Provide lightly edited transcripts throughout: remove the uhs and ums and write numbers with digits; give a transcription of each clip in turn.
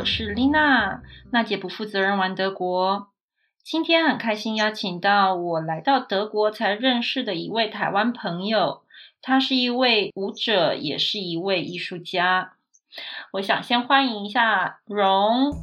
我是丽娜，娜姐不负责任玩德国。今天很开心邀请到我来到德国才认识的一位台湾朋友，他是一位舞者，也是一位艺术家。我想先欢迎一下荣。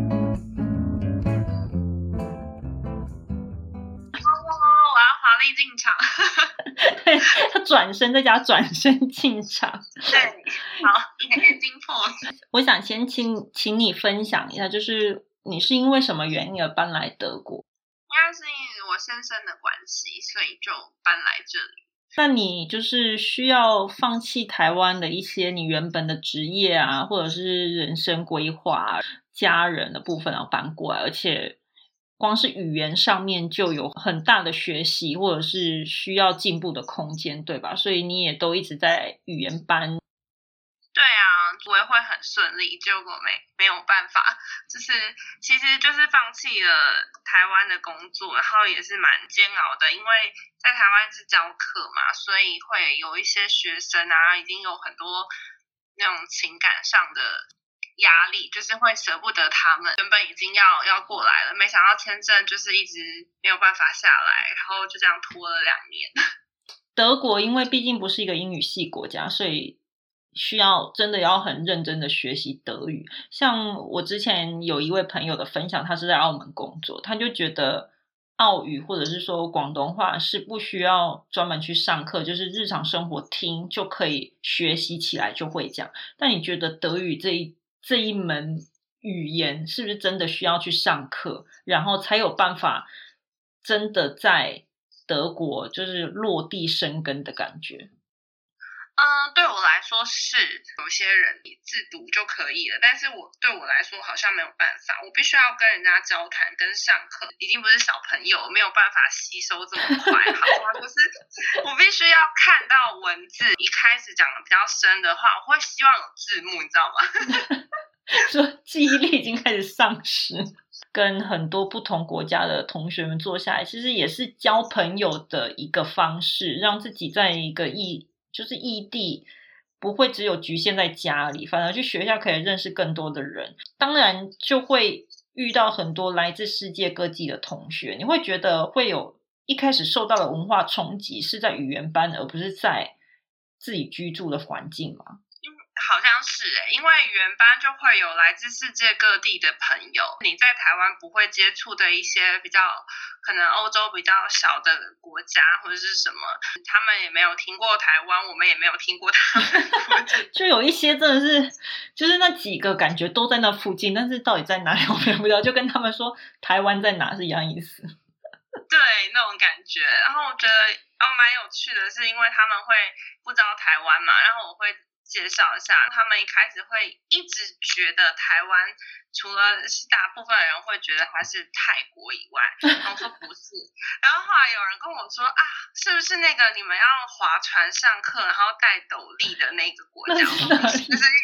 我要华丽进场。 对，他转身再加转身进场。 对，好，眼睛破。 我想先请你分享一下，就是你是因为什么原因而搬来德国？ 应该是因为我先生的关系，所以就搬来这里。 那你就是需要放弃台湾的一些你原本的职业啊，或者是人生规划、家人的部分然后搬过来，而且光是语言上面就有很大的学习或者是需要进步的空间，对吧？所以你也都一直在语言班。 对啊，我也会很顺利，结果没有办法，其实就是放弃了台湾的工作，然后也是蛮煎熬的，因为在台湾是教课嘛，所以会有一些学生啊，已经有很多那种情感上的压力，就是会舍不得他们，原本已经要过来了，没想到签证就是一直没有办法下来，然后就这样拖了2年。 德国因为毕竟不是一个英语系国家，所以需要真的要很认真的学习德语。像我之前有一位朋友的分享，他是在澳门工作，他就觉得澳语或者是说广东话是不需要专门去上课，就是日常生活听就可以学习起来就会讲。但你觉得德语这一门语言是不是真的需要去上课，然后才有办法真的在德国就是落地生根的感觉？ 对我来说是，有些人自读就可以了，但是对我来说好像没有办法，我必须要跟人家交谈跟上课，已经不是小朋友，没有办法吸收这么快，好像就是我必须要看到文字，一开始讲的比较深的话，我会希望有字幕，你知道吗？ 说记忆力已经开始丧失。跟很多不同国家的同学们坐下来，其实也是交朋友的一个方式，让自己在一个异地不会只有局限在家里，反而去学校可以认识更多的人，当然就会遇到很多来自世界各地的同学。你会觉得会有一开始受到的文化冲击是在语言班而不是在自己居住的环境吗？ 好像是因为语言班就会有来自世界各地的朋友，你在台湾不会接触的一些比较可能欧洲比较小的国家或者是什么，他们也没有听过台湾，我们也没有听过他们就有一些真的是就是那几个感觉都在那附近，但是到底在哪里我们也不知道，就跟他们说台湾在哪是一样意思。 对，那种感觉。然后我觉得蛮有趣的是，因为他们会不知道台湾嘛，然后我会介绍一下，他们一开始会一直觉得台湾除了是大部分人会觉得它是泰国以外，然后说不是，然后后来有人跟我说啊，是不是那个你们要划船上课然后戴斗笠的那个国家？就是越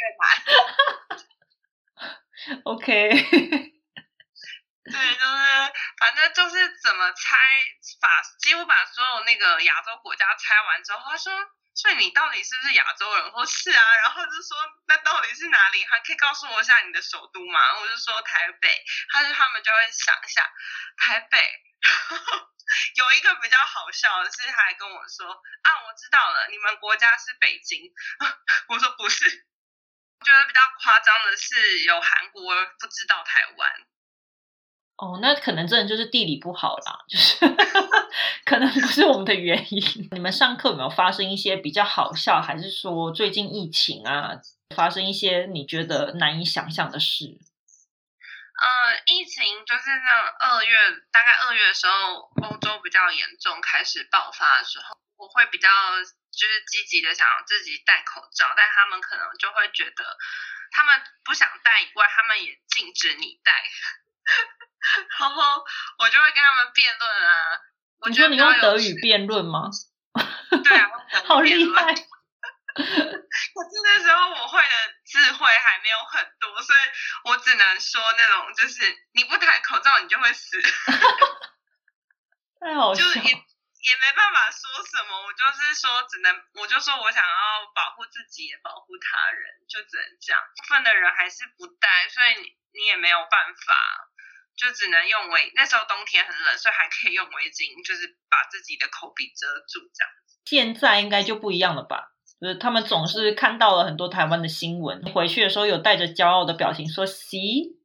南。OK。 对，就是反正就是怎么猜几乎把所有那个亚洲国家猜完之后，他说，所以你到底是不是亚洲人？我说是啊，然后就说那到底是哪里？还可以告诉我一下你的首都吗？我就说台北，他们就会想一下台北。然后有一个比较好笑的是，他还跟我说啊，我知道了，你们国家是北京。我说不是。我觉得比较夸张的是有韩国不知道台湾。 哦，那可能真的就是地理不好啦，就是可能不是我们的原因。你们上课有没有发生一些比较好笑，还是说最近疫情啊，发生一些你觉得难以想象的事？ 疫情就是那大概2月的时候，欧洲比较严重，开始爆发的时候，我会比较就是积极的想要自己戴口罩，但他们可能就会觉得他们不想戴以外，他们也禁止你戴。然后我就会跟他们辩论啊。 你说你用德语辩论吗？ 对啊， 好厉害。 可是那时候我会的智慧还没有很多，所以我只能说那种就是你不戴口罩你就会死。 太好笑。 就是也没办法说什么，我就是说我就说我想要保护自己也保护他人，就只能这样。部分的人还是不戴，所以你也没有办法，就只能用那时候冬天很冷，所以还可以用围巾，就是把自己的口鼻遮住这样子。现在应该就不一样了吧？就是他们总是看到了很多台湾的新闻，回去的时候有带着骄傲的表情说 "See"。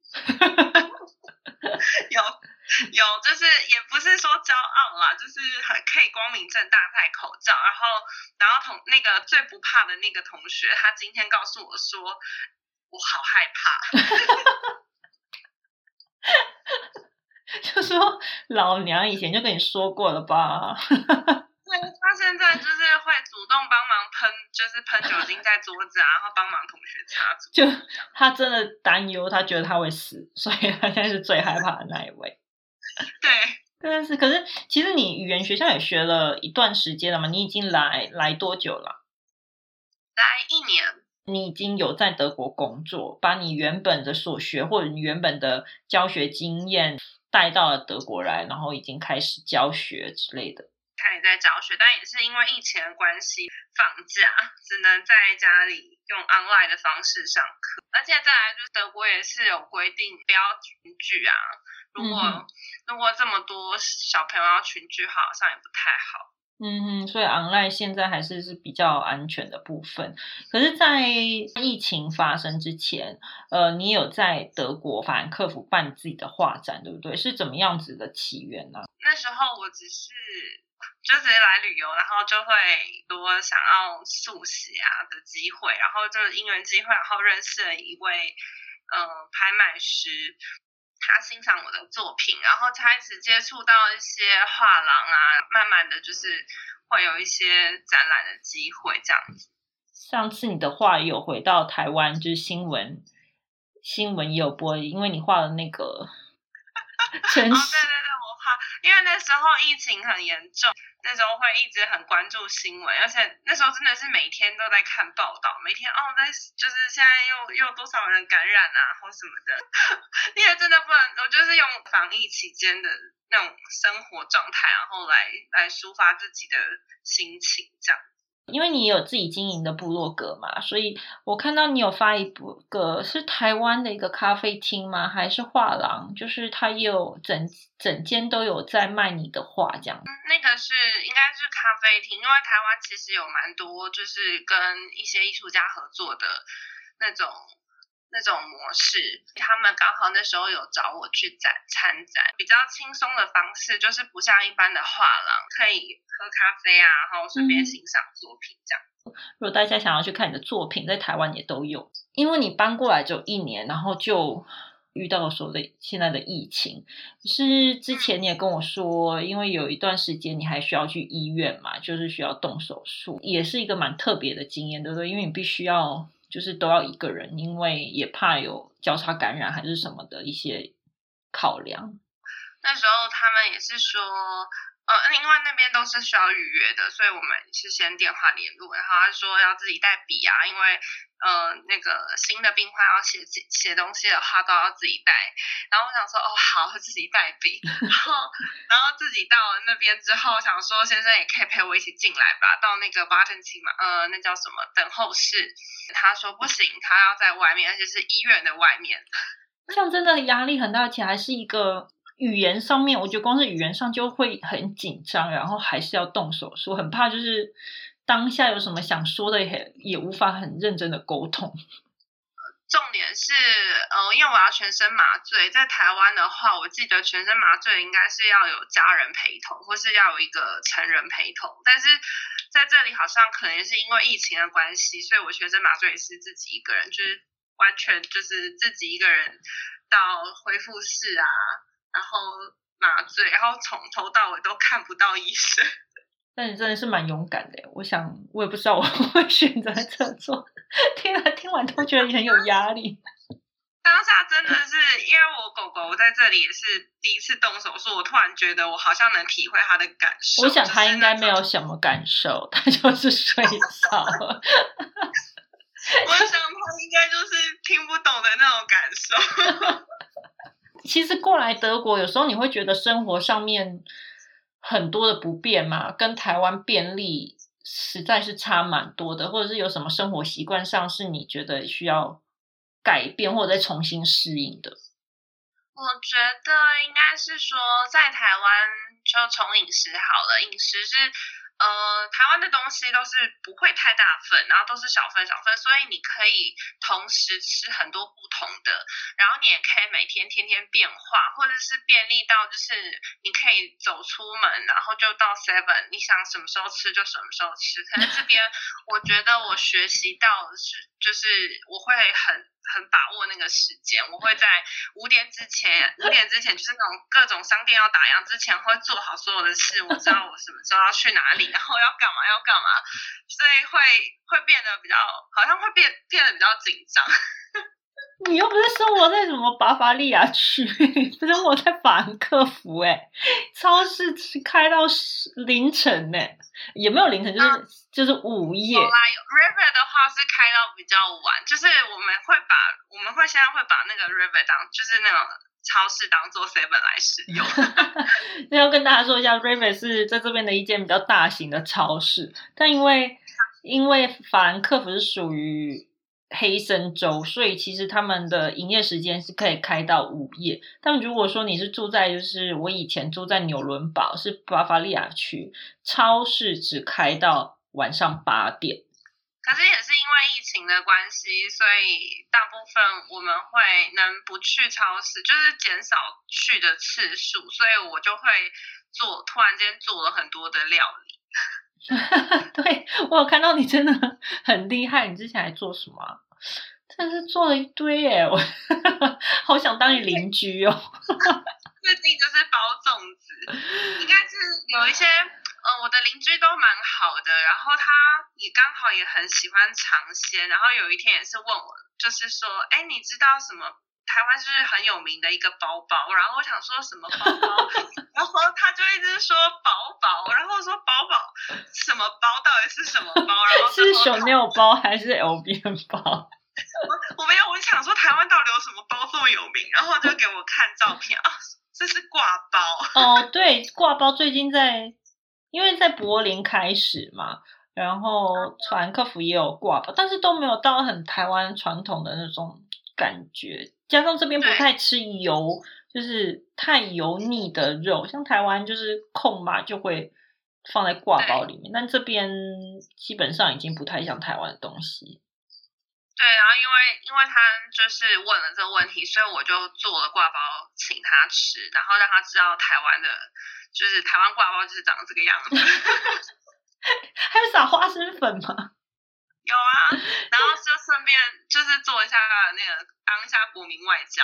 有，就是也不是说骄傲啦，就是很可以光明正大戴口罩，然后那个最不怕的那个同学，他今天告诉我说，我好害怕。就说老娘以前就跟你说过了吧。 对，他现在就是会主动帮忙喷酒精在桌子啊，然后帮忙同学擦桌。 就他真的担忧，他觉得他会死，所以他现在是最害怕的那一位。 对， 但是可是其实你语言学校也学了一段时间了嘛？你已经来多久了？ 来1年。 你已经有在德国工作，把你原本的所学或者你原本的教学经验带到了德国来，然后已经开始教学之类的。 开始在教学，但也是因为疫情的关系，放假只能在家里用 online 的方式上课。而且再来就是德国也是有规定不要群聚啊，如果这么多小朋友要群聚，好像也不太好。 所以 online 现在还是比较安全的部分。可是在疫情发生之前，你有在德国法兰克福办自己的画展，对不对？是怎么样子的起源呢？ 那时候我只是来旅游，然后就会多想要速写的机会，然后就因缘机会，然后认识了一位拍卖师。他欣赏我的作品，然后开始接触到一些画廊啊，慢慢的就是会有一些展览的机会这样子。 上次你的画也有回到台湾，就是新闻也有播，因为你画的那个对，我画，因为那时候疫情很严重，那时候会一直很关注新闻，而且那时候真的是每天都在看报道，每天就是现在又多少人感染啊或什么的，因为真的不能，我就是用防疫期间的那种生活状态，然后来抒发自己的心情这样。 因为你有自己经营的部落格嘛，所以我看到你有发一个是台湾的一个咖啡厅吗？还是画廊？就是它有整间都有在卖你的画这样。 那个应该是咖啡厅，因为台湾其实有蛮多就是跟一些艺术家合作的那种模式，他们刚好那时候有找我去参展，比较轻松的方式，就是不像一般的画廊可以喝咖啡啊，然后顺便欣赏作品这样。 如果大家想要去看你的作品，在台湾也都有。因为你搬过来只有1年，然后就遇到了现在的疫情。可是之前你也跟我说，因为有一段时间你还需要去医院嘛，就是需要动手术，也是一个蛮特别的经验，对不对？因为你必须要就是都要一个人，因为也怕有交叉感染还是什么的一些考量。 那时候他们也是说因为那边都是需要预约的，所以我们是先电话联络，然后他说要自己带笔啊，因为那个新的病患要写东西的话都要自己带。然后我想说好，自己带笔。然后自己到了那边之后，想说先生也可以陪我一起进来吧，到那个bartending厅嘛，那叫什么等候室。他说不行，他要在外面，而且是医院的外面。 这样真的压力很大，而且还是一个语言上面，我觉得光是语言上就会很紧张，然后还是要动手术，很怕就是当下有什么想说的也无法很认真的沟通。 重点是因为我要全身麻醉，在台湾的话我记得全身麻醉应该是要有家人陪同，或是要有一个成人陪同，但是在这里好像可能是因为疫情的关系，所以我全身麻醉是自己一个人，就是完全就是自己一个人到恢复室啊，然后麻醉，然后从头到尾都看不到医生。 但你真的是蛮勇敢的，我想我也不知道我会选择这做，听完都觉得很有压力。 当下真的是因为我狗狗在这里也是第一次动手术，我突然觉得我好像能体会它的感受。 我想它应该没有什么感受，它就是睡着了。 我想它应该就是听不懂的那种感受。 其实过来德国有时候你会觉得生活上面很多的不便嘛，跟台湾便利实在是差蛮多的，或者是有什么生活习惯上是你觉得需要改变或者再重新适应的？ 我觉得应该是说，在台湾就从饮食好了，饮食是台湾的东西都是不会太大份，然后都是小份小份，所以你可以同时吃很多不同的，然后你也可以每天天天变化，或者是便利到就是你可以走出门，然后就到 Seven， 你想什么时候吃就什么时候吃。可是这边我觉得我学习到的是，就是我会很把握那个时间，我会在5点之前就是那种各种商店要打烊之前会做好所有的事，我知道我什么时候要去哪里，然后要干嘛，所以会变得比较，好像会变得比较紧张。 你又不是生活在什么巴伐利亚区，生活在法兰克福超市开到凌晨也没有凌晨，就是午夜。 有啦，River 的话是开到比较晚，就是我们会现在会把那个 River 就是那种超市当做 Seven 来使用。 那要跟大家说一下 ，River 是在这边的一间比较大型的超市，但因为法兰克福是属于黑森州，所以其实他们的营业时间是可以开到午夜。但如果说你是住在就是我以前住在纽伦堡，是巴伐利亚区，超市只开到晚上8点。 可是也是因为疫情的关系，所以大部分我们会能不去超市，就是减少去的次数，所以我就会突然间做了很多的料理。 对，我有看到你真的很厉害，你之前还做什么啊？真的是做了一堆我好想当你邻居哦。 最近就是包粽子，应该是有一些我的邻居都蛮好的，然后他也刚好也很喜欢尝鲜，然后有一天也是问我，就是说，你知道什么？台湾是很有名的一个包包，然后我想说什么包包，然后他就一直说宝宝，然后我说宝宝什么包到底是什么包？然后是Chanel包还是 LV 包？ 我没有，我想说台湾到底有什么包这么有名，然后就给我看照片啊，这是挂包。 哦，对，挂包最近因为在柏林开始嘛，然后法兰克福也有挂包，但是都没有到很台湾传统的那种感觉，加上这边不太吃油，就是太油腻的肉，像台湾就是控嘛就会放在挂包里面，但这边基本上已经不太像台湾的东西。 对，然后因为他就是问了这个问题，所以我就做了挂包请他吃，然后让他知道台湾挂包就是长这个样子。 还有撒花生粉吗？ 有啊，然后就顺便就是做一下那个当一下国民外交。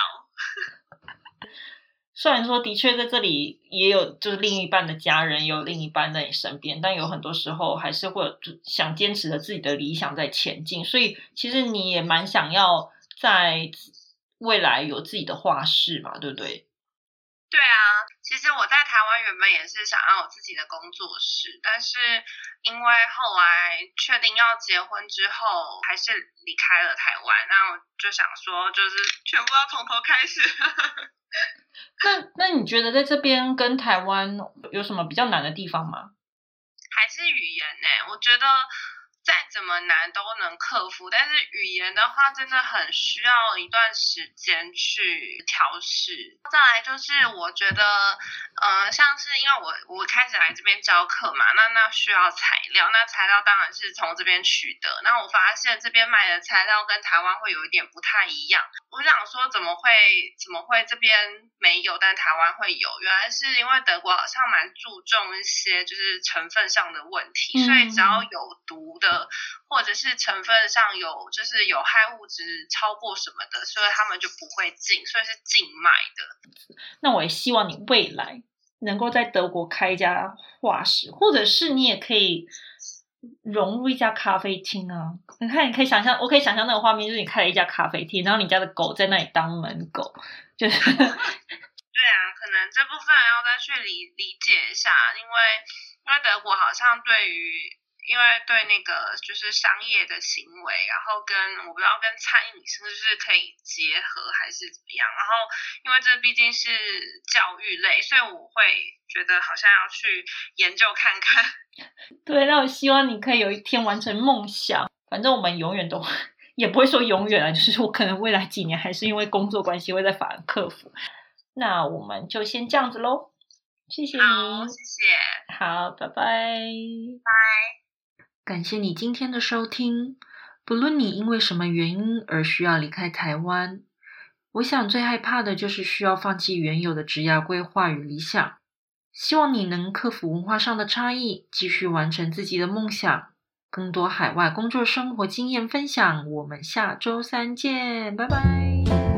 虽然说的确在这里也有就是另一半的家人，有另一半在你身边，但有很多时候还是会有想坚持着自己的理想在前进，所以其实你也蛮想要在未来有自己的画室嘛，对不对？ 对啊，其实我在台湾原本也是想要有自己的工作室，但是因为后来确定要结婚之后，还是离开了台湾，那我就想说就是全部要从头开始。 那你觉得在这边跟台湾有什么比较难的地方吗？ 还是语言我觉得再怎么难都能克服，但是语言的话真的很需要一段时间去调试。再来就是我觉得像是因为我开始来这边教课嘛，那需要材料，那材料当然是从这边取得，那我发现这边卖的材料跟台湾会有一点不太一样，我想说怎么会这边没有但台湾会有，原来是因为德国好像蛮注重一些就是成分上的问题，所以只要有毒的或者是成分上就是有害物质超过什么的，所以他们就不会进，所以是禁卖的。 那我也希望你未来能够在德国开一家画室，或者是你也可以融入一家咖啡厅啊。你看，我可以想象那个画面，就是你开了一家咖啡厅，然后你家的狗在那里当门狗，就是对啊，可能这部分要再去理解一下，因为德国好像对于因为对那个就是商业的行为，然后我不知道跟餐饮是不是可以结合还是怎么样，然后因为这毕竟是教育类，所以我会觉得好像要去研究看看。 对，那我希望你可以有一天完成梦想。反正我们永远都也不会说永远啊，就是我可能未来几年还是因为工作关系会在法兰克福。那我们就先这样子咯，谢谢你。 好，谢谢。 好，拜拜。 拜。 感谢你今天的收听。不论你因为什么原因而需要离开台湾，我想最害怕的就是需要放弃原有的职业规划与理想。希望你能克服文化上的差异，继续完成自己的梦想。更多海外工作生活经验分享，我们下周3见，拜拜。